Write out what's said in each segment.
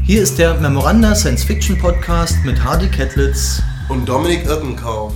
Hier ist der Memoranda Science Fiction Podcast mit Hardy Kettlitz und Dominik Irkenkauf.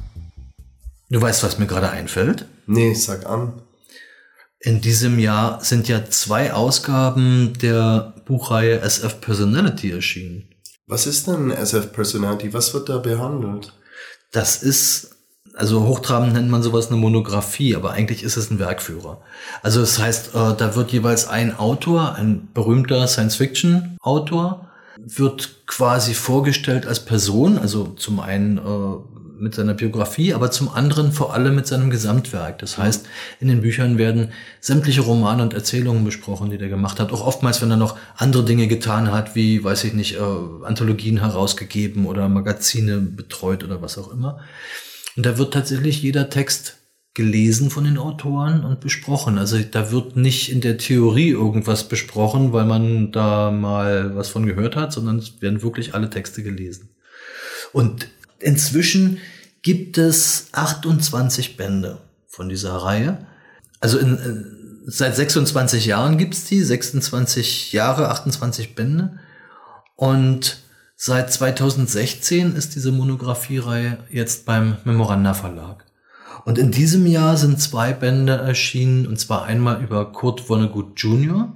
Du weißt, was mir gerade einfällt? Nee, sag an. In diesem Jahr sind ja 2 Ausgaben der Buchreihe SF Personality erschienen. Was ist denn SF Personality? Was wird da behandelt? Das ist, also hochtrabend nennt man sowas eine Monographie, aber eigentlich ist es ein Werkführer. Also das heißt, da wird jeweils ein Autor, ein berühmter Science-Fiction-Autor, wird quasi vorgestellt als Person, also zum einen mit seiner Biografie, aber zum anderen vor allem mit seinem Gesamtwerk. Das heißt, in den Büchern werden sämtliche Romane und Erzählungen besprochen, die der gemacht hat. Auch oftmals, wenn er noch andere Dinge getan hat, wie, weiß ich nicht, Anthologien herausgegeben oder Magazine betreut oder was auch immer. Und da wird tatsächlich jeder Text gelesen von den Autoren und besprochen. Also da wird nicht in der Theorie irgendwas besprochen, weil man da mal was von gehört hat, sondern es werden wirklich alle Texte gelesen. Und inzwischen gibt es 28 Bände von dieser Reihe. Also seit 26 Jahren gibt's die, 26 Jahre, 28 Bände. Und seit 2016 ist diese Monographie-Reihe jetzt beim Memoranda Verlag. Und in diesem Jahr sind 2 Bände erschienen, und zwar einmal über Kurt Vonnegut Jr.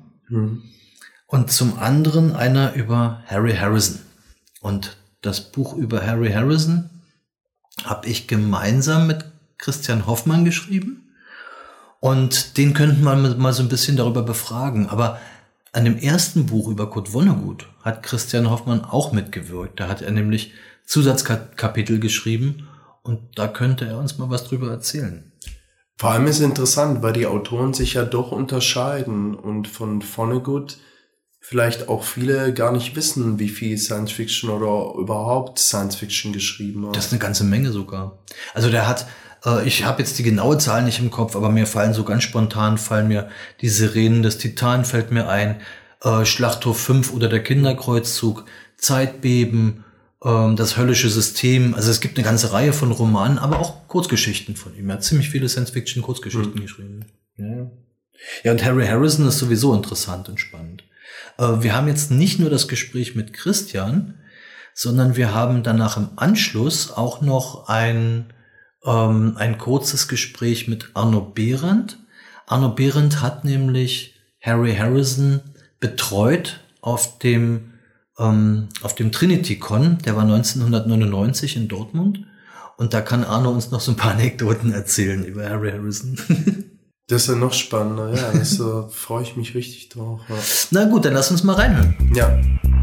Und zum anderen einer über Harry Harrison. Und das Buch über Harry Harrison habe ich gemeinsam mit Christian Hoffmann geschrieben. Und den könnten wir mal so ein bisschen darüber befragen. Aber an dem ersten Buch über Kurt Vonnegut hat Christian Hoffmann auch mitgewirkt. Da hat er nämlich Zusatzkapitel geschrieben und da könnte er uns mal was drüber erzählen. Vor allem ist es interessant, weil die Autoren sich ja doch unterscheiden und von Vonnegut vielleicht auch viele gar nicht wissen, wie viel Science Fiction oder überhaupt Science Fiction geschrieben hat. Das ist eine ganze Menge sogar. Also der hat, ich habe jetzt die genaue Zahl nicht im Kopf, aber mir fallen so ganz spontan, die Sirenen des Titan fällt mir ein, Schlachthof 5 oder der Kinderkreuzzug, Zeitbeben, das höllische System. Also es gibt eine ganze Reihe von Romanen, aber auch Kurzgeschichten von ihm. Er hat ziemlich viele Science-Fiction-Kurzgeschichten geschrieben. Ja, und Harry Harrison ist sowieso interessant und spannend. Wir haben jetzt nicht nur das Gespräch mit Christian, sondern wir haben danach im Anschluss auch noch ein kurzes Gespräch mit Arno Behrendt. Arno Behrendt hat nämlich Harry Harrison betreut auf dem TrinityCon, der war 1999 in Dortmund. Und da kann Arno uns noch so ein paar Anekdoten erzählen über Harry Harrison. Das ist ja noch spannender, ja, das freue ich mich richtig drauf. Ja. Na gut, dann lass uns mal reinhören. Ja.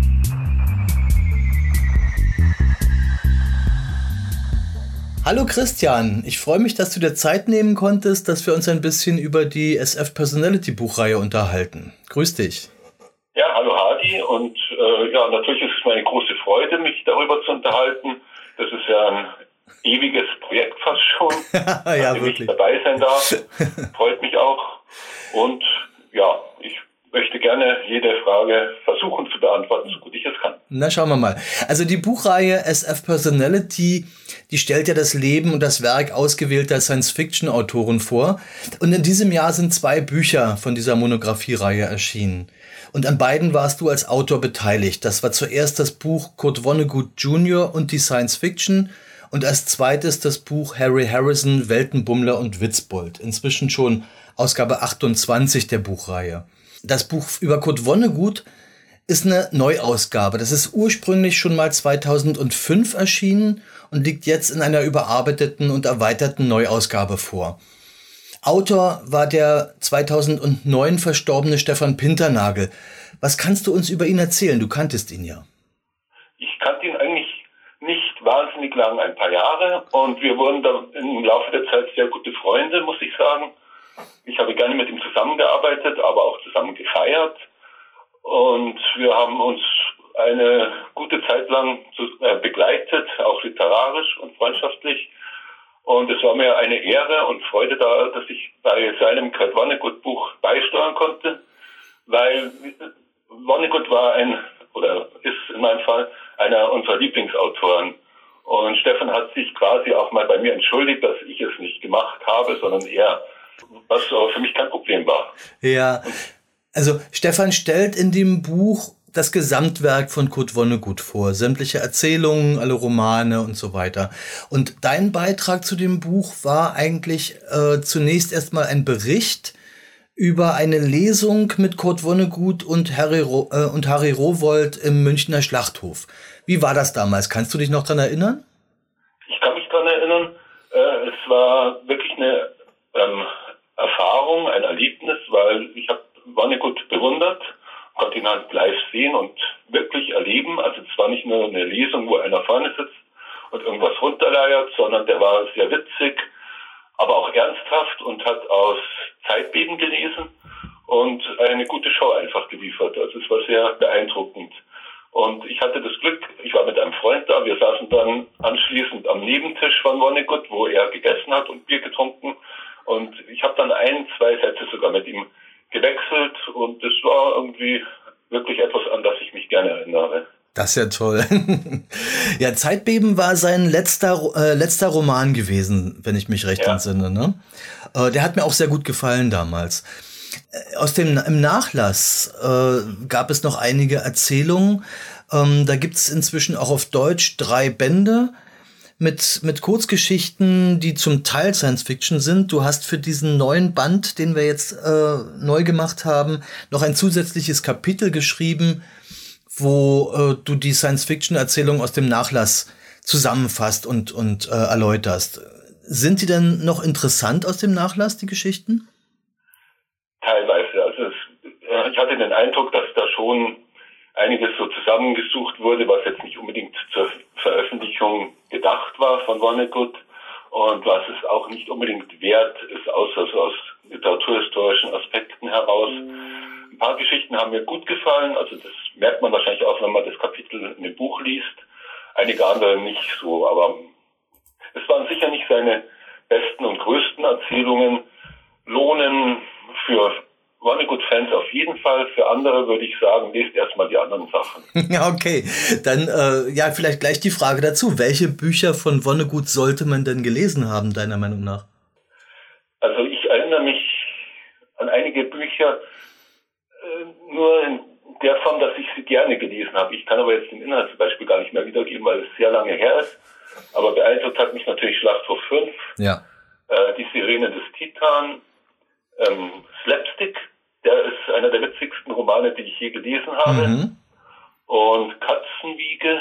Hallo Christian, ich freue mich, dass du dir Zeit nehmen konntest, dass wir uns ein bisschen über die SF Personality Buchreihe unterhalten. Grüß dich. Ja, hallo Hardy und natürlich ist es mir eine große Freude, mich darüber zu unterhalten. Das ist ja ein ewiges Projekt fast schon, ja, an dem ich dabei sein darf. Freut mich auch. Und ja, ich möchte gerne jede Frage versuchen zu beantworten, so gut ich es kann. Na, schauen wir mal. Also die Buchreihe SF Personality, die stellt ja das Leben und das Werk ausgewählter Science-Fiction-Autoren vor. Und in diesem Jahr sind 2 Bücher von dieser Monographie-Reihe erschienen. Und an beiden warst du als Autor beteiligt. Das war zuerst das Buch Kurt Vonnegut Jr. und die Science-Fiction und als zweites das Buch Harry Harrison, Weltenbummler und Witzbold. Inzwischen schon Ausgabe 28 der Buchreihe. Das Buch über Kurt Vonnegut ist eine Neuausgabe. Das ist ursprünglich schon mal 2005 erschienen und liegt jetzt in einer überarbeiteten und erweiterten Neuausgabe vor. Autor war der 2009 verstorbene Stefan Pinternagel. Was kannst du uns über ihn erzählen? Du kanntest ihn ja. Ich kannte ihn eigentlich nicht wahnsinnig lang, ein paar Jahre. Und wir wurden da im Laufe der Zeit sehr gute Freunde, muss ich sagen. Ich habe gerne mit ihm zusammengearbeitet, aber auch zusammen gefeiert. Und wir haben uns eine gute Zeit lang begleitet, auch literarisch und freundschaftlich. Und es war mir eine Ehre und Freude da, dass ich bei seinem Kurt Vonnegut Buch beisteuern konnte, weil Vonnegut ist in meinem Fall einer unserer Lieblingsautoren. Und Stefan hat sich quasi auch mal bei mir entschuldigt, dass ich es nicht gemacht habe, sondern er, was für mich kein Problem war. Ja, also Stefan stellt in dem Buch das Gesamtwerk von Kurt Vonnegut vor, sämtliche Erzählungen, alle Romane und so weiter. Und dein Beitrag zu dem Buch war eigentlich zunächst erstmal ein Bericht über eine Lesung mit Kurt Vonnegut und Harry Rowohlt im Münchner Schlachthof. Wie war das damals? Kannst du dich noch daran erinnern? Ich kann mich daran erinnern. Es war wirklich eine Erfahrung, ein Erlebnis, weil ich habe Vonnegut bewundert, konnte ihn halt live sehen und wirklich erleben. Also es war nicht nur eine Lesung, wo einer vorne sitzt und irgendwas runterleiert, sondern der war sehr witzig, aber auch ernsthaft und hat aus Zeitbeben gelesen und eine gute Show einfach geliefert. Also es war sehr beeindruckend. Und ich hatte das Glück, ich war mit einem Freund da, wir saßen dann anschließend am Nebentisch von Vonnegut, wo er gegessen hat und Bier getrunken. Und ich habe dann 1-2 Sätze sogar mit ihm gewechselt und es war irgendwie wirklich etwas, an das ich mich gerne erinnere. Das ist ja toll. Ja, Zeitbeben war sein letzter Roman gewesen, wenn ich mich recht entsinne. Ne? Der hat mir auch sehr gut gefallen damals. Im Nachlass gab es noch einige Erzählungen. Da gibt es inzwischen auch auf Deutsch 3 Bände mit Kurzgeschichten, die zum Teil Science-Fiction sind. Du hast für diesen neuen Band, den wir jetzt neu gemacht haben, noch ein zusätzliches Kapitel geschrieben, wo du die Science-Fiction-Erzählung aus dem Nachlass zusammenfasst und erläuterst. Sind die denn noch interessant aus dem Nachlass, die Geschichten? Teilweise. Also ich hatte den Eindruck, dass da schon einiges so zusammengesucht wurde, was jetzt nicht unbedingt zur Veröffentlichung gedacht war von Vonnegut und was es auch nicht unbedingt wert ist, außer so aus literaturhistorischen Aspekten heraus. Ein paar Geschichten haben mir gut gefallen, also das merkt man wahrscheinlich auch, wenn man das Kapitel in dem Buch liest. Einige andere nicht so, aber es waren sicher nicht seine besten und größten Erzählungen, lohnen für Vonnegut-Fans auf jeden Fall. Für andere würde ich sagen, lest erstmal die anderen Sachen. Ja, okay. Dann vielleicht gleich die Frage dazu. Welche Bücher von Vonnegut sollte man denn gelesen haben, deiner Meinung nach? Also ich erinnere mich an einige Bücher nur in der Form, dass ich sie gerne gelesen habe. Ich kann aber jetzt den Inhalt zum Beispiel gar nicht mehr wiedergeben, weil es sehr lange her ist. Aber beeindruckt hat mich natürlich Schlachthof 5, die Sirene des Titan, Slapstick, der ist einer der witzigsten Romane, die ich je gelesen habe. Und Katzenwiege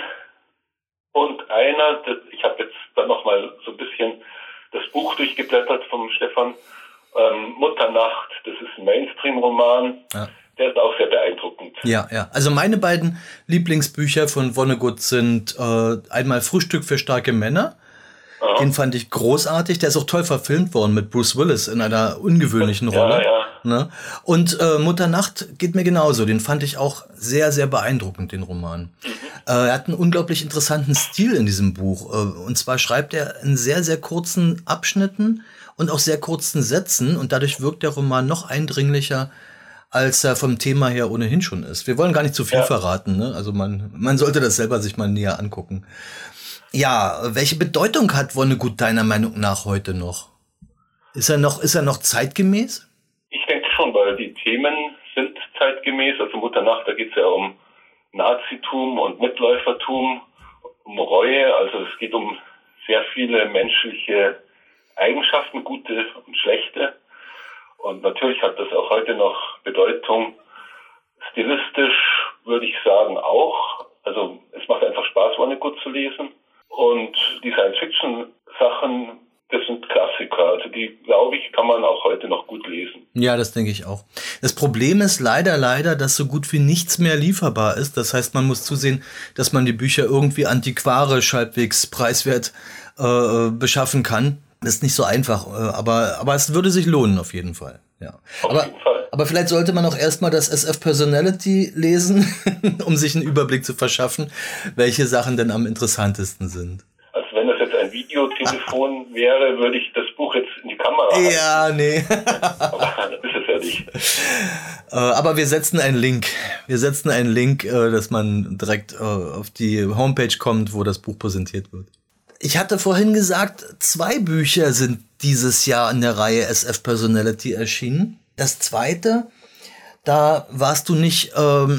und einer, ich habe jetzt dann nochmal so ein bisschen das Buch durchgeblättert vom Stefan, Mutternacht, das ist ein Mainstream-Roman. Ja. Der ist auch sehr beeindruckend. Ja. Also meine beiden Lieblingsbücher von Vonnegut sind einmal Frühstück für starke Männer. Aha. Den fand ich großartig. Der ist auch toll verfilmt worden mit Bruce Willis in einer ungewöhnlichen Rolle. Ja. Ne? Und Mutternacht geht mir genauso. Den fand ich auch sehr, sehr beeindruckend, den Roman. Er hat einen unglaublich interessanten Stil in diesem Buch. Und zwar schreibt er in sehr, sehr kurzen Abschnitten und auch sehr kurzen Sätzen. Und dadurch wirkt der Roman noch eindringlicher, als er vom Thema her ohnehin schon ist. Wir wollen gar nicht zu viel verraten. Ne? Also man sollte das selber sich mal näher angucken. Ja, welche Bedeutung hat Vonnegut deiner Meinung nach heute noch? Ist er noch zeitgemäß? Ich denke schon, weil die Themen sind zeitgemäß. Also Mutternacht, da geht es ja um Nazitum und Mitläufertum, um Reue. Also es geht um sehr viele menschliche Eigenschaften, gute und schlechte. Und natürlich hat das auch heute noch Bedeutung. Stilistisch würde ich sagen auch. Also es macht einfach Spaß, Vonnegut zu lesen. Und die Science-Fiction-Sachen, das sind Klassiker. Also die, glaube ich, kann man auch heute noch gut lesen. Ja, das denke ich auch. Das Problem ist leider, dass so gut wie nichts mehr lieferbar ist. Das heißt, man muss zusehen, dass man die Bücher irgendwie antiquarisch, halbwegs preiswert beschaffen kann. Das ist nicht so einfach, aber es würde sich lohnen auf jeden Fall. Ja. Auf jeden Fall. Aber vielleicht sollte man auch erstmal das SF Personality lesen, um sich einen Überblick zu verschaffen, welche Sachen denn am interessantesten sind. Also wenn das jetzt ein Videotelefon wäre, würde ich das Buch jetzt in die Kamera halten. Ja, nee. Aber das ist es ja nicht. Aber wir setzen einen Link. Dass man direkt auf die Homepage kommt, wo das Buch präsentiert wird. Ich hatte vorhin gesagt, 2 Bücher sind dieses Jahr in der Reihe SF Personality erschienen. Das zweite, da warst du nicht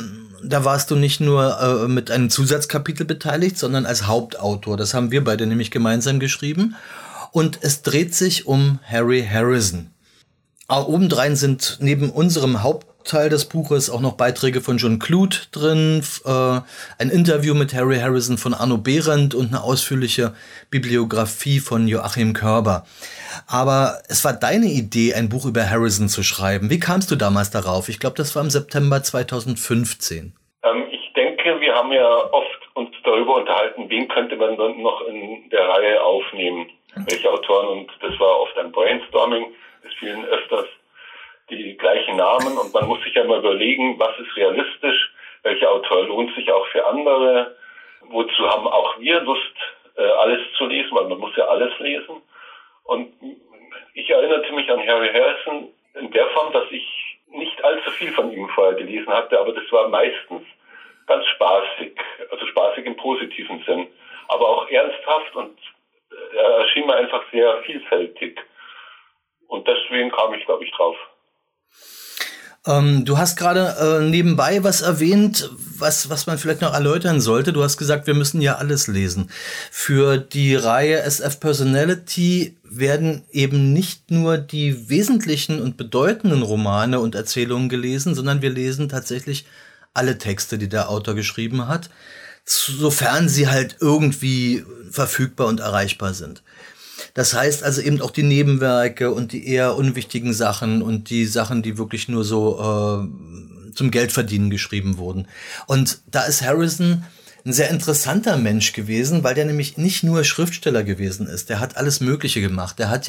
nur mit einem Zusatzkapitel beteiligt, sondern als Hauptautor. Das haben wir beide nämlich gemeinsam geschrieben. Und es dreht sich um Harry Harrison. Obendrein sind neben unserem Hauptteil des Buches auch noch Beiträge von John Clute drin, ein Interview mit Harry Harrison von Arno Behrendt und eine ausführliche Bibliografie von Joachim Körber. Aber es war deine Idee, ein Buch über Harrison zu schreiben. Wie kamst du damals darauf? Ich glaube, das war im September 2015. Ich denke, wir haben ja oft uns darüber unterhalten, wen könnte man dann noch in der Reihe aufnehmen, welche Autoren. Und das war oft ein Brainstorming. Es fielen öfters die gleichen Namen und man muss sich ja mal überlegen, was ist realistisch, welcher Autor lohnt sich auch für andere, wozu haben auch wir Lust, alles zu lesen, weil man muss ja alles lesen. Und ich erinnerte mich an Harry Harrison in der Form, dass ich nicht allzu viel von ihm vorher gelesen hatte, aber das war meistens ganz spaßig, also spaßig im positiven Sinn, aber auch ernsthaft und er erschien mir einfach sehr vielfältig. Und deswegen kam ich, glaube ich, drauf. Du hast gerade nebenbei was erwähnt, was man vielleicht noch erläutern sollte. Du hast gesagt, wir müssen ja alles lesen. Für die Reihe SF Personality werden eben nicht nur die wesentlichen und bedeutenden Romane und Erzählungen gelesen, sondern wir lesen tatsächlich alle Texte, die der Autor geschrieben hat, sofern sie halt irgendwie verfügbar und erreichbar sind. Das heißt also eben auch die Nebenwerke und die eher unwichtigen Sachen und die Sachen, die wirklich nur so zum Geldverdienen geschrieben wurden. Und da ist Harrison ein sehr interessanter Mensch gewesen, weil der nämlich nicht nur Schriftsteller gewesen ist. Der hat alles Mögliche gemacht. Der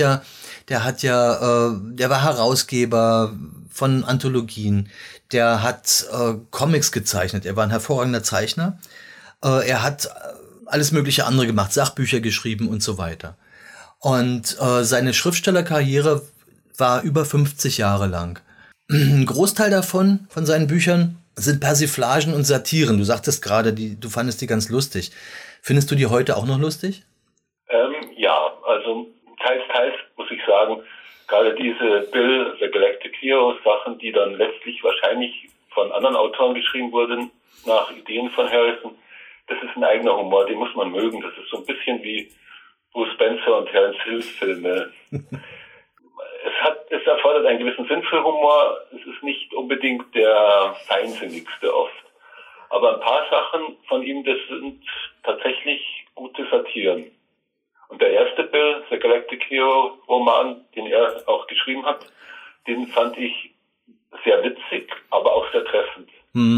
war Herausgeber von Anthologien. Der hat Comics gezeichnet. Er war ein hervorragender Zeichner. Er hat alles mögliche andere gemacht, Sachbücher geschrieben und so weiter. Und seine Schriftstellerkarriere war über 50 Jahre lang. Ein Großteil davon, von seinen Büchern, sind Persiflagen und Satiren. Du sagtest gerade, du fandest die ganz lustig. Findest du die heute auch noch lustig? Ja, also teils, muss ich sagen. Gerade diese Bill, The Galactic Hero Sachen, die dann letztlich wahrscheinlich von anderen Autoren geschrieben wurden, nach Ideen von Harrison, das ist ein eigener Humor, den muss man mögen. Das ist so ein bisschen wie Bruce Spencer und Terence Hill Filme. Es erfordert einen gewissen Sinn für Humor. Es ist nicht unbedingt der feinsinnigste oft. Aber ein paar Sachen von ihm, das sind tatsächlich gute Satiren. Und der erste Bill, The Galactic Hero Roman, den er auch geschrieben hat, den fand ich sehr witzig, aber auch sehr treffend.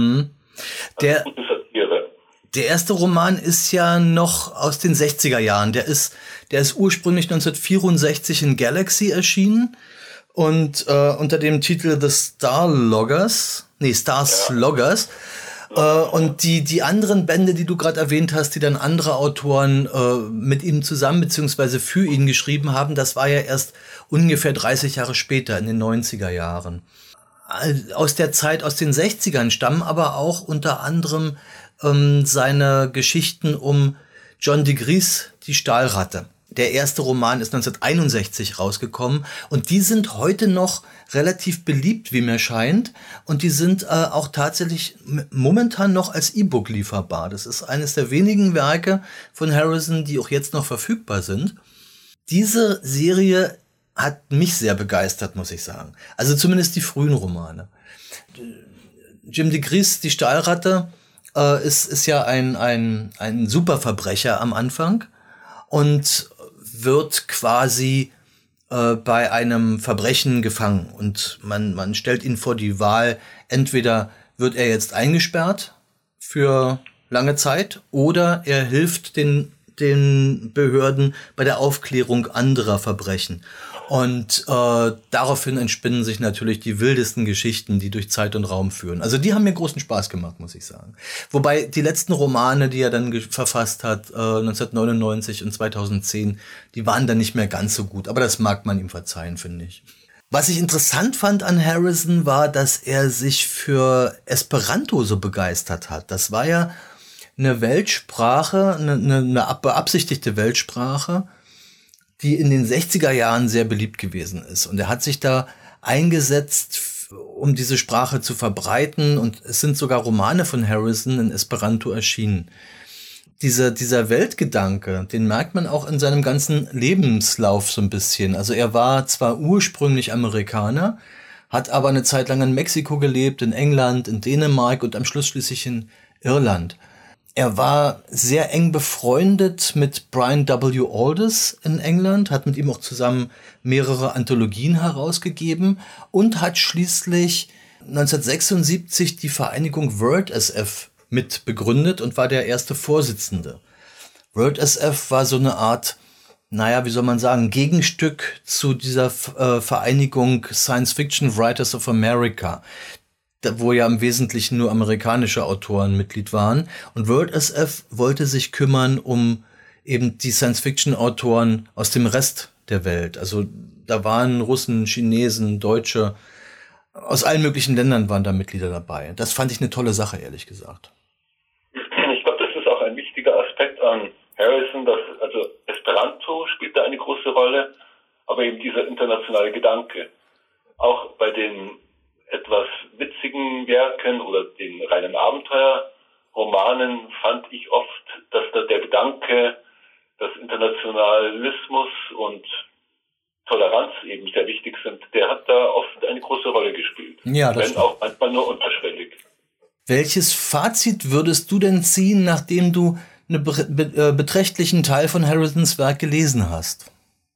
Gute Satire. Der erste Roman ist ja noch aus den 60er Jahren. Der ist ursprünglich 1964 in Galaxy erschienen und unter dem Titel The Stars Loggers. Und die anderen Bände, die du gerade erwähnt hast, die dann andere Autoren mit ihm zusammen beziehungsweise für ihn geschrieben haben, das war ja erst ungefähr 30 Jahre später, in den 90er Jahren. Aus der Zeit, aus den 60ern stammen aber auch unter anderem seine Geschichten um John de Gries, die Stahlratte. Der erste Roman ist 1961 rausgekommen und die sind heute noch relativ beliebt, wie mir scheint. Und die sind auch tatsächlich momentan noch als E-Book lieferbar. Das ist eines der wenigen Werke von Harrison, die auch jetzt noch verfügbar sind. Diese Serie hat mich sehr begeistert, muss ich sagen. Also zumindest die frühen Romane. Jim de Gries, die Stahlratte, ist ja ein Superverbrecher am Anfang und wird quasi bei einem Verbrechen gefangen. Und man stellt ihn vor die Wahl, entweder wird er jetzt eingesperrt für lange Zeit oder er hilft den Behörden bei der Aufklärung anderer Verbrechen. Und daraufhin entspinnen sich natürlich die wildesten Geschichten, die durch Zeit und Raum führen. Also die haben mir großen Spaß gemacht, muss ich sagen. Wobei die letzten Romane, die er dann verfasst hat, 1999 und 2010, die waren dann nicht mehr ganz so gut. Aber das mag man ihm verzeihen, finde ich. Was ich interessant fand an Harrison war, dass er sich für Esperanto so begeistert hat. Das war ja eine Weltsprache, eine beabsichtigte Weltsprache, die in den 60er Jahren sehr beliebt gewesen ist. Und er hat sich da eingesetzt um diese Sprache zu verbreiten. Und es sind sogar Romane von Harrison in Esperanto erschienen. Dieser Weltgedanke, den merkt man auch in seinem ganzen Lebenslauf so ein bisschen. Also er war zwar ursprünglich Amerikaner, hat aber eine Zeit lang in Mexiko gelebt, in England, in Dänemark und am Schluss schließlich in Irland. Er war sehr eng befreundet mit Brian W. Aldiss in England, hat mit ihm auch zusammen mehrere Anthologien herausgegeben und hat schließlich 1976 die Vereinigung World SF mit begründet und war der erste Vorsitzende. World SF war so eine Art, wie soll man sagen, Gegenstück zu dieser Vereinigung Science Fiction Writers of America, wo ja im Wesentlichen nur amerikanische Autoren Mitglied waren. Und World SF wollte sich kümmern um eben die Science-Fiction-Autoren aus dem Rest der Welt. Also da waren Russen, Chinesen, Deutsche, aus allen möglichen Ländern waren da Mitglieder dabei. Das fand ich eine tolle Sache, ehrlich gesagt. Ich glaube, das ist auch ein wichtiger Aspekt an Harrison, also Esperanto spielt da eine große Rolle, aber eben dieser internationale Gedanke. Auch bei den etwas witzigen Werken oder den reinen Abenteuerromanen fand ich oft, dass da der Gedanke, dass Internationalismus und Toleranz eben sehr wichtig sind, der hat da oft eine große Rolle gespielt. Ja, das wenn auch manchmal nur unterschwellig. Welches Fazit würdest du denn ziehen, nachdem du einen beträchtlichen Teil von Harrisons Werk gelesen hast?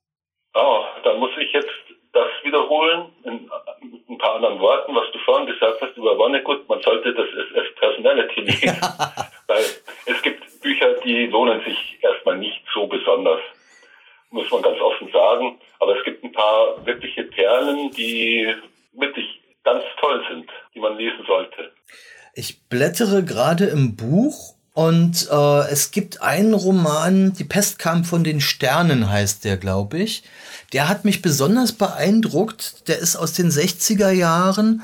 Da muss ich jetzt das wiederholen, in ein paar anderen Worten, was du vorhin gesagt hast über Vonnegut. Man sollte das SF Personality lesen, weil es gibt Bücher, die lohnen sich erstmal nicht so besonders, muss man ganz offen sagen. Aber es gibt ein paar wirkliche Perlen, die wirklich ganz toll sind, die man lesen sollte. Ich blättere gerade im Buch und es gibt einen Roman, Die Pest kam von den Sternen heißt der, glaube ich. Der hat mich besonders beeindruckt. Der ist aus den 60er Jahren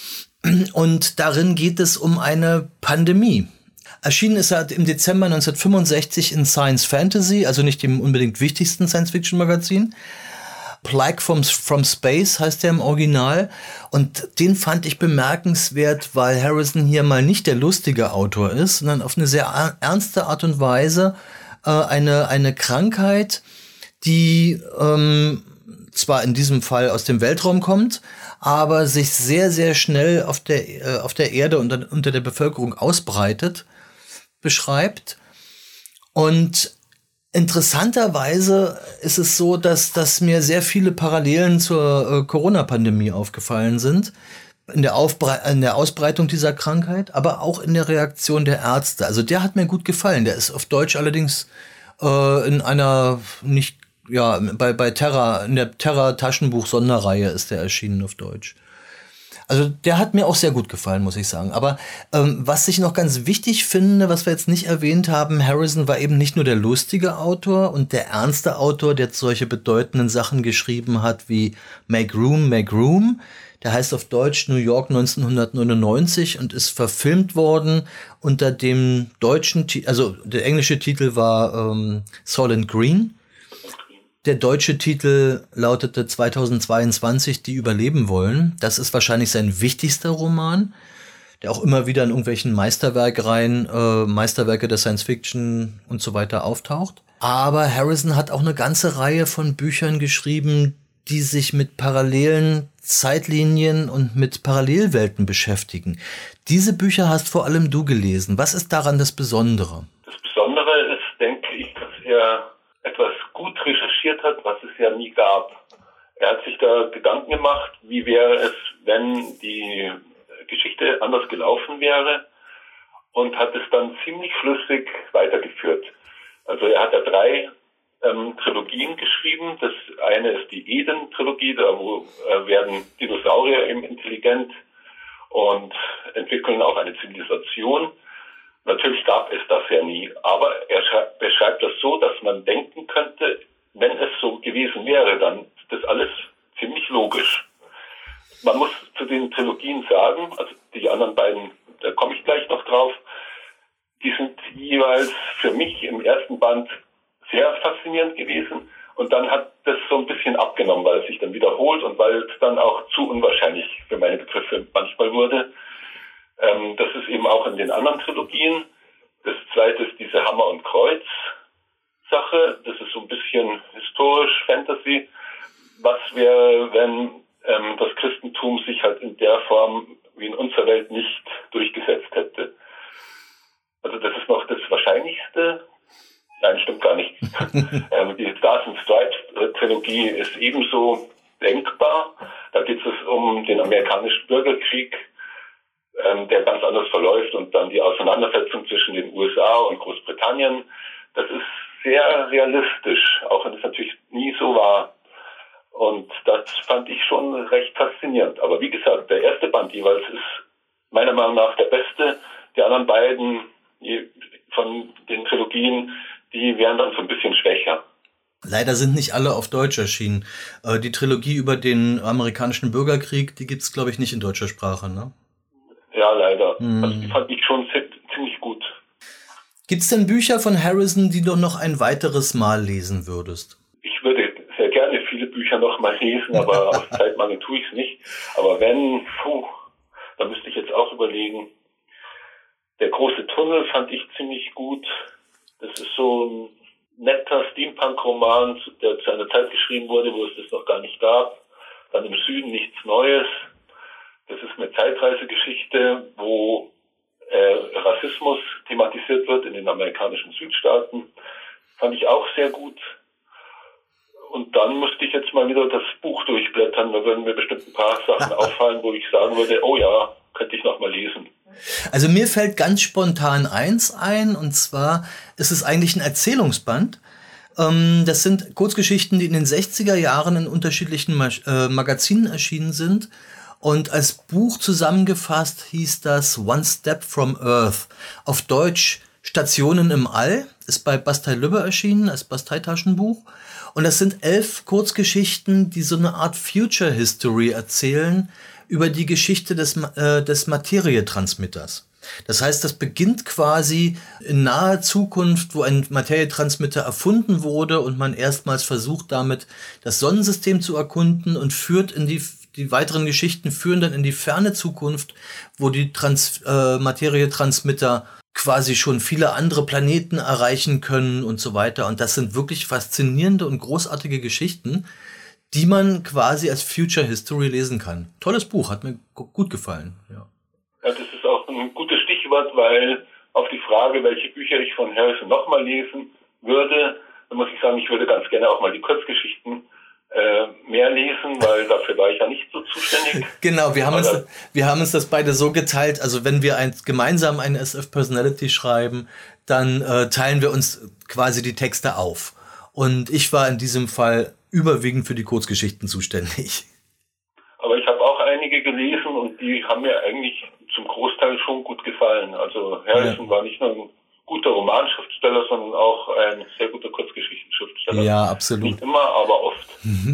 und darin geht es um eine Pandemie. Erschienen ist er im Dezember 1965 in Science Fantasy, also nicht dem unbedingt wichtigsten Science-Fiction-Magazin. Plague from Space heißt der im Original und den fand ich bemerkenswert, weil Harrison hier mal nicht der lustige Autor ist, sondern auf eine sehr ernste Art und Weise eine Krankheit, die zwar in diesem Fall aus dem Weltraum kommt, aber sich sehr, sehr schnell auf der Erde und unter der Bevölkerung ausbreitet, beschreibt. Und interessanterweise ist es so, dass mir sehr viele Parallelen zur Corona-Pandemie aufgefallen sind. In der Ausbreitung dieser Krankheit, aber auch in der Reaktion der Ärzte. Also der hat mir gut gefallen. Der ist auf Deutsch allerdings in einer bei Terra, in der Terra-Taschenbuch-Sonderreihe ist der erschienen auf Deutsch. Also der hat mir auch sehr gut gefallen, muss ich sagen. Aber was ich noch ganz wichtig finde, was wir jetzt nicht erwähnt haben, Harrison war eben nicht nur der lustige Autor und der ernste Autor, der solche bedeutenden Sachen geschrieben hat wie Make Room, Make Room. Der heißt auf Deutsch New York 1999 und ist verfilmt worden unter dem deutschen Titel, also der englische Titel war Soylent Green. Der deutsche Titel lautete 2022 Die überleben wollen. Das ist wahrscheinlich sein wichtigster Roman, der auch immer wieder in irgendwelchen Meisterwerke der Science Fiction und so weiter auftaucht. Aber Harrison hat auch eine ganze Reihe von Büchern geschrieben, die sich mit parallelen Zeitlinien und mit Parallelwelten beschäftigen. Diese Bücher hast vor allem du gelesen. Was ist daran das Besondere? Das Besondere ist, denke ich, dass er etwas gut recherchiert hat, was es ja nie gab. Er hat sich da Gedanken gemacht, wie wäre es, wenn die Geschichte anders gelaufen wäre und hat es dann ziemlich flüssig weitergeführt. Also er hat ja 3 Trilogien geschrieben. Das eine ist die Eden-Trilogie, da werden Dinosaurier eben intelligent und entwickeln auch eine Zivilisation. Natürlich gab es das ja nie, aber er beschreibt das so, dass man denken könnte, wenn es so gewesen wäre, dann ist das alles ziemlich logisch. Man muss zu den Trilogien sagen, also die anderen beiden, da komme ich gleich noch drauf, die sind jeweils für mich im ersten Band sehr faszinierend gewesen Und dann hat das so ein bisschen abgenommen, weil es sich dann wiederholt und weil es dann auch zu unwahrscheinlich für meine Begriffe manchmal wurde. Das ist eben auch in den anderen Trilogien. Das zweite ist diese Hammer- und Kreuz-Sache. Das ist so ein bisschen historisch, Fantasy. Was wäre, wenn das Christentum sich halt in der Form wie in unserer Welt nicht durchgesetzt hätte? Also das ist noch das Wahrscheinlichste. Nein, stimmt gar nicht. Die Stars and Stripes Trilogie ist ebenso denkbar. Da geht es um den amerikanischen Bürgerkrieg, der ganz anders verläuft und dann die Auseinandersetzung zwischen den USA und Großbritannien. Das ist sehr realistisch, auch wenn es natürlich nie so war. Und das fand ich schon recht faszinierend. Aber wie gesagt, der erste Band jeweils ist meiner Meinung nach der beste. Die anderen beiden von den Trilogien, die wären dann so ein bisschen schwächer. Leider sind nicht alle auf Deutsch erschienen. Die Trilogie über den amerikanischen Bürgerkrieg, die gibt's, glaube ich, nicht in deutscher Sprache, ne? Ja, leider. Also die fand ich schon ziemlich gut. Gibt's denn Bücher von Harrison, die du noch ein weiteres Mal lesen würdest? Ich würde sehr gerne viele Bücher noch mal lesen, aber aus Zeitmangel tue ich es nicht. Aber wenn, da müsste ich jetzt auch überlegen. Der große Tunnel fand ich ziemlich gut. Das ist so ein netter Steampunk-Roman, der zu einer Zeit geschrieben wurde, wo es das noch gar nicht gab. Dann im Süden nichts Neues. Das ist eine Zeitreisegeschichte, wo Rassismus thematisiert wird in den amerikanischen Südstaaten. Fand ich auch sehr gut. Und dann müsste ich jetzt mal wieder das Buch durchblättern. Da würden mir bestimmt ein paar Sachen auffallen, wo ich sagen würde, oh ja, könnte ich noch mal lesen. Also mir fällt ganz spontan eins ein, und zwar ist es eigentlich ein Erzählungsband. Das sind Kurzgeschichten, die in den 60er Jahren in unterschiedlichen Magazinen erschienen sind. Und als Buch zusammengefasst hieß das One Step from Earth. Auf Deutsch Stationen im All. Ist bei Bastei-Lübbe erschienen, als Bastei-Taschenbuch. Und das sind 11 Kurzgeschichten, die so eine Art Future History erzählen über die Geschichte des Materietransmitters. Das heißt, das beginnt quasi in naher Zukunft, wo ein Materietransmitter erfunden wurde und man erstmals versucht, damit das Sonnensystem zu erkunden, und führt in die weiteren Geschichten führen dann in die ferne Zukunft, wo die Materietransmitter quasi schon viele andere Planeten erreichen können und so weiter. Und das sind wirklich faszinierende und großartige Geschichten, die man quasi als Future History lesen kann. Tolles Buch, hat mir gut gefallen. Ja, das ist auch ein gutes Stichwort, weil auf die Frage, welche Bücher ich von Harrison nochmal lesen würde, da muss ich sagen, ich würde ganz gerne auch mal die Kurzgeschichten mehr lesen, weil dafür war ich ja nicht so zuständig. Genau, wir haben uns das beide so geteilt, also wenn wir gemeinsam eine SF-Personality schreiben, dann teilen wir uns quasi die Texte auf. Und ich war in diesem Fall überwiegend für die Kurzgeschichten zuständig. Aber ich habe auch einige gelesen und die haben mir eigentlich zum Großteil schon gut gefallen. Also Harrison war nicht nur ein guter Romanschriftsteller, sondern auch ein sehr guter Kurzgeschichtenschriftsteller. Ja, absolut. Nicht immer, aber oft.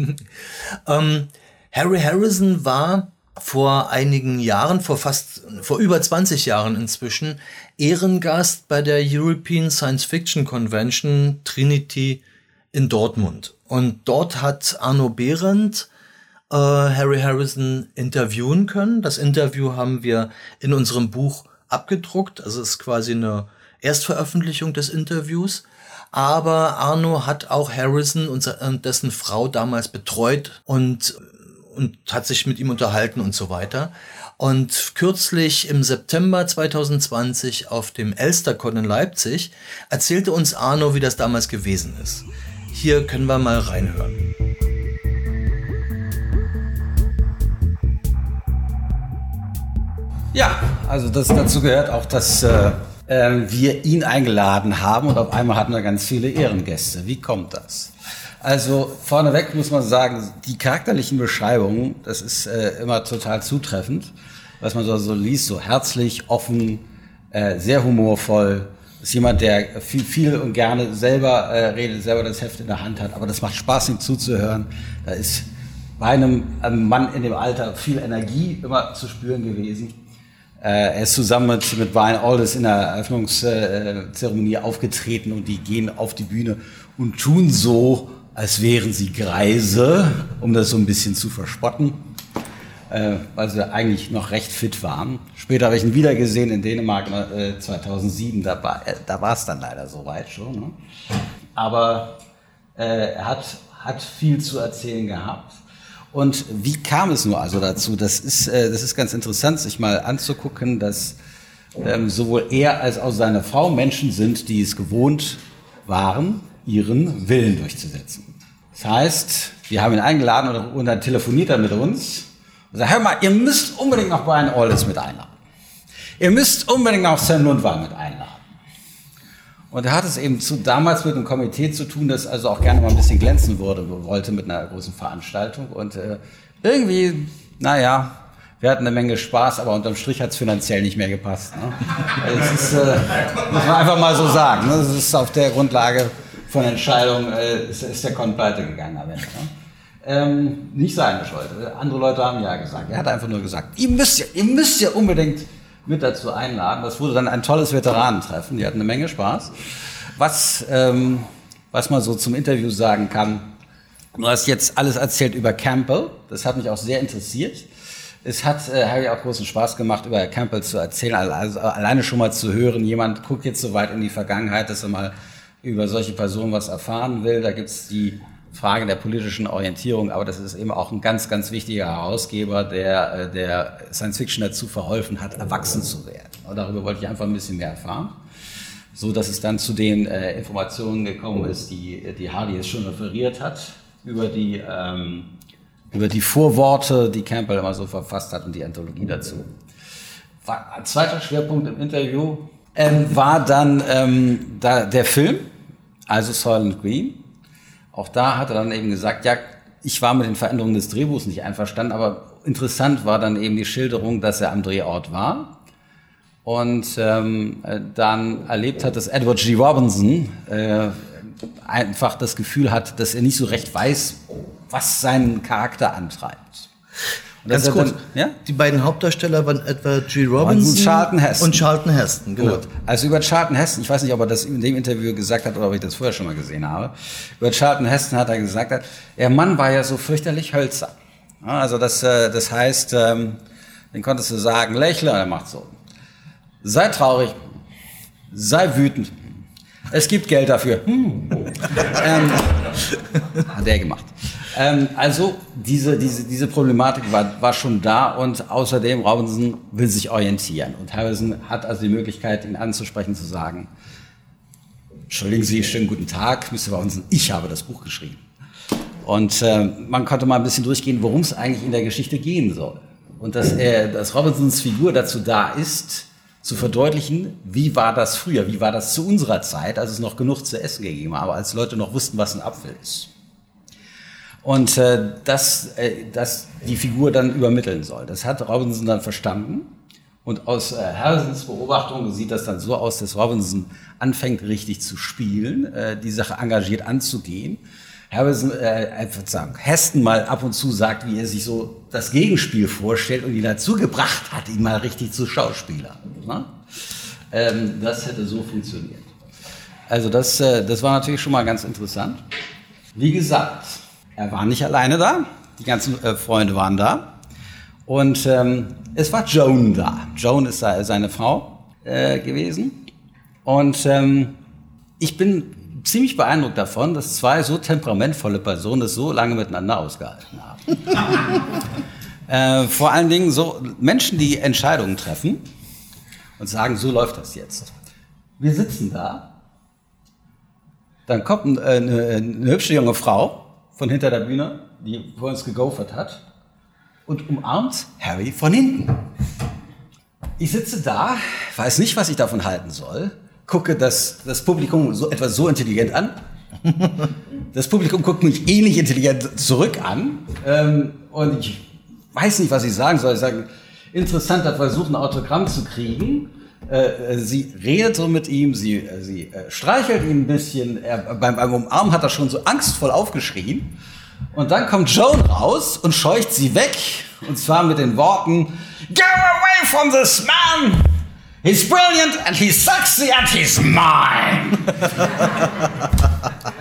Harry Harrison war vor einigen Jahren, vor über 20 Jahren inzwischen, Ehrengast bei der European Science Fiction Convention Trinity in Dortmund. Und dort hat Arno Behrendt Harry Harrison interviewen können. Das Interview haben wir in unserem Buch abgedruckt. Also es ist quasi eine Erstveröffentlichung des Interviews. Aber Arno hat auch Harrison und dessen Frau damals betreut und hat sich mit ihm unterhalten und so weiter. Und kürzlich im September 2020 auf dem Elstercon in Leipzig erzählte uns Arno, wie das damals gewesen ist. Hier können wir mal reinhören. Ja, also dazu gehört auch, dass wir ihn eingeladen haben und auf einmal hatten wir ganz viele Ehrengäste. Wie kommt das? Also vorneweg muss man sagen, die charakterlichen Beschreibungen, das ist immer total zutreffend, was man so liest, so herzlich, offen, sehr humorvoll. Das ist jemand, der viel und gerne selber redet, selber das Heft in der Hand hat, aber das macht Spaß, ihm zuzuhören. Da ist bei einem Mann in dem Alter viel Energie immer zu spüren gewesen. Er ist zusammen mit Brian Aldiss in der Eröffnungszeremonie aufgetreten und die gehen auf die Bühne und tun so, als wären sie Greise, um das so ein bisschen zu verspotten, weil sie eigentlich noch recht fit waren. Später habe ich ihn wieder gesehen in Dänemark 2007, da war es dann leider soweit schon. Ne? Aber er hat viel zu erzählen gehabt. Und wie kam es nur also dazu? Das ist ganz interessant, sich mal anzugucken, dass sowohl er als auch seine Frau Menschen sind, die es gewohnt waren, ihren Willen durchzusetzen. Das heißt, wir haben ihn eingeladen und dann telefoniert er mit uns und sagt, hör mal, ihr müsst unbedingt noch Brian Aldiss mit einladen. Ihr müsst unbedingt noch Sam Lundvall mit einladen. Und er hat es eben damals mit einem Komitee zu tun, das also auch gerne mal ein bisschen glänzen wollte mit einer großen Veranstaltung. Und irgendwie, naja, wir hatten eine Menge Spaß, aber unterm Strich hat es finanziell nicht mehr gepasst. Ne? Das ist, muss man einfach mal so sagen. Ne? Das ist auf der Grundlage von Entscheidungen, ist der Con pleite gegangen am Ende. Ne? Nicht seine Schuld. Andere Leute haben ja gesagt. Er hat einfach nur gesagt, ihr müsst ja unbedingt mit dazu einladen. Das wurde dann ein tolles Veteranentreffen. Die hatten eine Menge Spaß. Was man so zum Interview sagen kann, du hast jetzt alles erzählt über Campbell. Das hat mich auch sehr interessiert. Es hat Harry auch großen Spaß gemacht, über Campbell zu erzählen. Also alleine schon mal zu hören, jemand guckt jetzt so weit in die Vergangenheit, dass er mal über solche Personen was erfahren will. Da gibt's die Frage der politischen Orientierung, aber das ist eben auch ein ganz, ganz wichtiger Herausgeber, der Science Fiction dazu verholfen hat, erwachsen zu werden. Und darüber wollte ich einfach ein bisschen mehr erfahren, so dass es dann zu den Informationen gekommen ist, die Hardy jetzt schon referiert hat, über die Vorworte, die Campbell immer so verfasst hat und die Anthologie dazu. Ein zweiter Schwerpunkt im Interview war dann der Film, also Soylent Green. Auch da hat er dann eben gesagt, ja, ich war mit den Veränderungen des Drehbuchs nicht einverstanden, aber interessant war dann eben die Schilderung, dass er am Drehort war und dann erlebt hat, dass Edward G. Robinson einfach das Gefühl hat, dass er nicht so recht weiß, was seinen Charakter antreibt. Und ganz kurz, die beiden Hauptdarsteller waren Edward G. Robinson und Charlton Heston. Genau. Gut. Also über Charlton Heston, ich weiß nicht, ob er das in dem Interview gesagt hat oder ob ich das vorher schon mal gesehen habe. Über Charlton Heston hat er gesagt, der Mann war ja so fürchterlich hölzern. Also das heißt, den konntest du sagen, lächle, und er macht so. Sei traurig, sei wütend. Es gibt Geld dafür. Hat er gemacht. Also diese Problematik war schon da und außerdem Robinson will sich orientieren und Harrison hat also die Möglichkeit, ihn anzusprechen, zu sagen, entschuldigen Sie, schönen guten Tag, Mr. Robinson, ich habe das Buch geschrieben. Und man konnte mal ein bisschen durchgehen, worum es eigentlich in der Geschichte gehen soll. Und dass Robinsons Figur dazu da ist, zu verdeutlichen, wie war das früher, wie war das zu unserer Zeit, als es noch genug zu essen gegeben hat, aber als Leute noch wussten, was ein Apfel ist. Und dass die Figur dann übermitteln soll. Das hat Robinson dann verstanden. Und aus Harrisons Beobachtung sieht das dann so aus, dass Robinson anfängt, richtig zu spielen, die Sache engagiert anzugehen. Harrison einfach sagen, Heston mal ab und zu sagt, wie er sich so das Gegenspiel vorstellt und ihn dazu gebracht hat, ihn mal richtig zu schauspielern. Ne? Das hätte so funktioniert. Also das war natürlich schon mal ganz interessant. Wie gesagt, er war nicht alleine da, die ganzen Freunde waren da und es war Joan da. Joan ist seine Frau gewesen und ich bin ziemlich beeindruckt davon, dass zwei so temperamentvolle Personen das so lange miteinander ausgehalten haben. Vor allen Dingen so Menschen, die Entscheidungen treffen und sagen, so läuft das jetzt. Wir sitzen da, dann kommt eine hübsche junge Frau von hinter der Bühne, die vor uns gegofert hat und umarmt Harry von hinten. Ich sitze da, weiß nicht, was ich davon halten soll, gucke das Publikum etwas so intelligent an. Das Publikum guckt mich ähnlich intelligent zurück an. Und ich weiß nicht, was ich sagen soll. Ich sage, interessanter Versuch, ein Autogramm zu kriegen. Sie redet so mit ihm, sie streichelt ihn ein bisschen. Beim Umarmen hat er schon so angstvoll aufgeschrien. Und dann kommt Joan raus und scheucht sie weg. Und zwar mit den Worten, "Get away from this man! He's brilliant and he's sexy and he's mine!"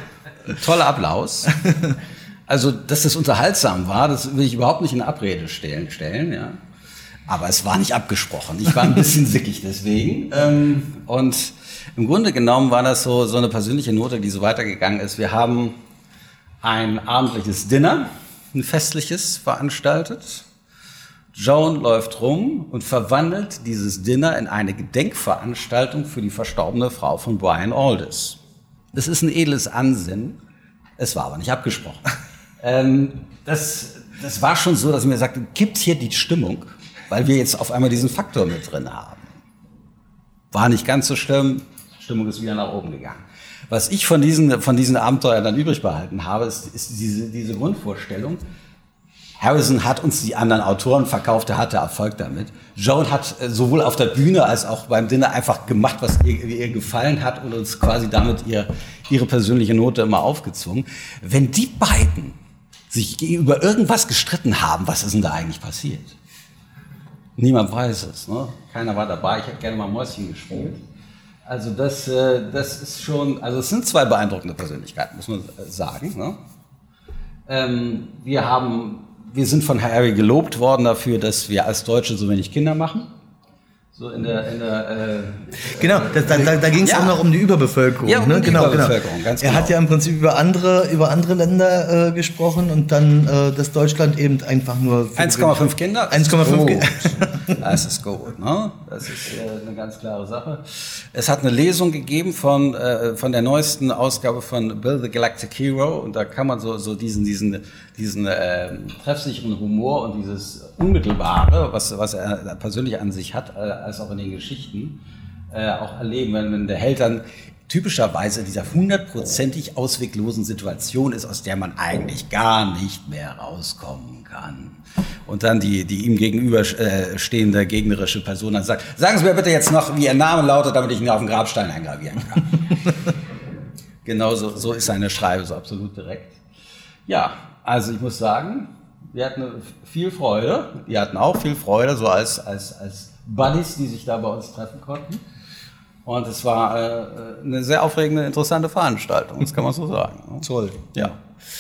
Toller Applaus. Also, dass das unterhaltsam war, das will ich überhaupt nicht in Abrede stellen, ja. Aber es war nicht abgesprochen. Ich war ein bisschen sickig deswegen. Und im Grunde genommen war das so eine persönliche Note, die so weitergegangen ist. Wir haben ein abendliches Dinner, ein festliches veranstaltet. Joan läuft rum und verwandelt dieses Dinner in eine Gedenkveranstaltung für die verstorbene Frau von Brian Aldiss. Es ist ein edles Ansinnen, es war aber nicht abgesprochen. Das war schon so, dass ich mir sagte, kippt hier die Stimmung, weil wir jetzt auf einmal diesen Faktor mit drin haben. War nicht ganz so schlimm, Stimmung ist wieder nach oben gegangen. Was ich von diesen Abenteuern dann übrig behalten habe, ist diese Grundvorstellung. Harrison hat uns die anderen Autoren verkauft, er hatte Erfolg damit. Joan hat sowohl auf der Bühne als auch beim Dinner einfach gemacht, was ihr gefallen hat und uns quasi damit ihre persönliche Note immer aufgezwungen. Wenn die beiden sich über irgendwas gestritten haben, was ist denn da eigentlich passiert? Niemand weiß es, ne? Keiner war dabei, ich hätte gerne mal Mäuschen gespielt. Also das ist schon, also es sind zwei beeindruckende Persönlichkeiten, muss man sagen, ne? Wir sind von Harry gelobt worden dafür, dass wir als Deutsche so wenig Kinder machen. So genau, da ging es auch noch um die Überbevölkerung. Ja, ne? Die Überbevölkerung, ganz genau. Er hat ja im Prinzip über andere Länder gesprochen und dann, dass Deutschland eben einfach nur 1,5 Kinder. 1,5 Kinder. Das ist gut, ne? Das ist eine ganz klare Sache. Es hat eine Lesung gegeben von der neuesten Ausgabe von Bill the Galactic Hero und da kann man so diesen treffsicheren Humor und dieses Unmittelbare, was er persönlich an sich hat, als auch in den Geschichten, auch erleben, wenn der Held dann typischerweise in dieser 100%ig ausweglosen Situation ist, aus der man eigentlich gar nicht mehr rauskommen kann. Und dann die ihm gegenüber stehende gegnerische Person dann sagt, sagen Sie mir bitte jetzt noch, wie Ihr Name lautet, damit ich ihn auf den Grabstein eingravieren kann. Genau so ist seine Schreibe, so absolut direkt. Ja, also ich muss sagen, wir hatten viel Freude. Wir hatten auch viel Freude, so als Buddies, die sich da bei uns treffen konnten. Und es war eine sehr aufregende, interessante Veranstaltung, das kann man so sagen. Toll. Ja.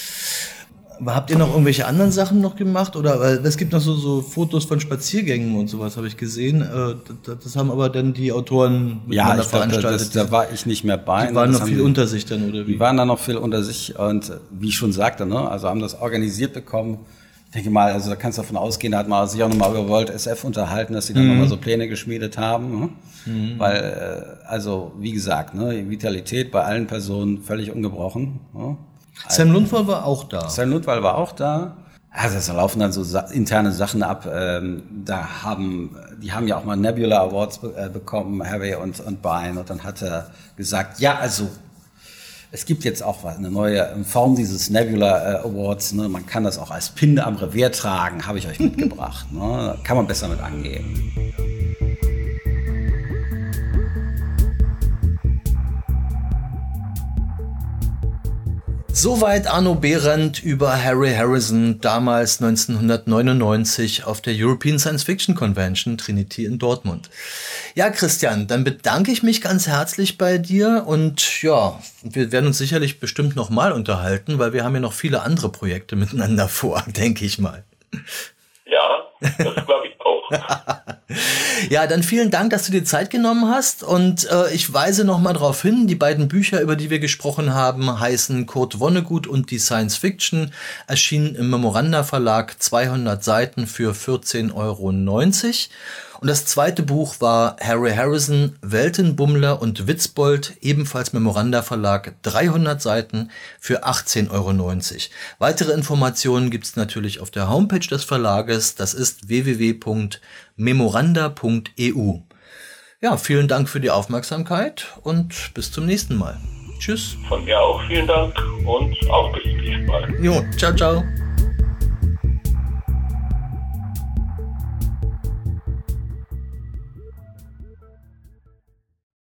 Habt ihr noch irgendwelche anderen Sachen noch gemacht? Oder weil es gibt noch so Fotos von Spaziergängen und sowas, habe ich gesehen. Das haben aber dann die Autoren miteinander veranstaltet. Da war ich nicht mehr bei. Die waren noch viel unter sich dann, oder wie? Die waren da noch viel unter sich und wie ich schon sagte, ne, also haben das organisiert bekommen. Ich denke mal, also da kannst du davon ausgehen, da hat man sich auch nochmal über World SF unterhalten, dass sie dann nochmal so Pläne geschmiedet haben. Ne? Weil, also wie gesagt, ne, Vitalität bei allen Personen völlig ungebrochen. Ne? Sam Lundwall war auch da. Sam Lundwall war auch da. Also es laufen dann so interne Sachen ab. Die haben ja auch mal Nebula Awards bekommen, Harry und Brian. Und dann hat er gesagt, ja, also es gibt jetzt auch eine neue Form dieses Nebula Awards. Ne? Man kann das auch als Pin am Revier tragen, habe ich euch mitgebracht. Ne? Kann man besser mit angeben. Soweit Arno Behrendt über Harry Harrison, damals 1999 auf der European Science Fiction Convention Trinity in Dortmund. Ja, Christian, dann bedanke ich mich ganz herzlich bei dir und ja, wir werden uns sicherlich bestimmt nochmal unterhalten, weil wir haben ja noch viele andere Projekte miteinander vor, denke ich mal. Ja, das glaube ich auch. Ja, dann vielen Dank, dass du dir Zeit genommen hast und ich weise nochmal darauf hin, die beiden Bücher, über die wir gesprochen haben, heißen Kurt Vonnegut und die Science Fiction, erschienen im Memoranda Verlag, 200 Seiten für 14,90 € und das zweite Buch war Harry Harrison, Weltenbummler und Witzbold, ebenfalls Memoranda Verlag, 300 Seiten für 18,90 €. Weitere Informationen gibt's natürlich auf der Homepage des Verlages, das ist www.memoranda.eu. Ja, vielen Dank für die Aufmerksamkeit und bis zum nächsten Mal. Tschüss. Von mir auch vielen Dank und auch bis zum nächsten Mal. Jo, ciao, ciao.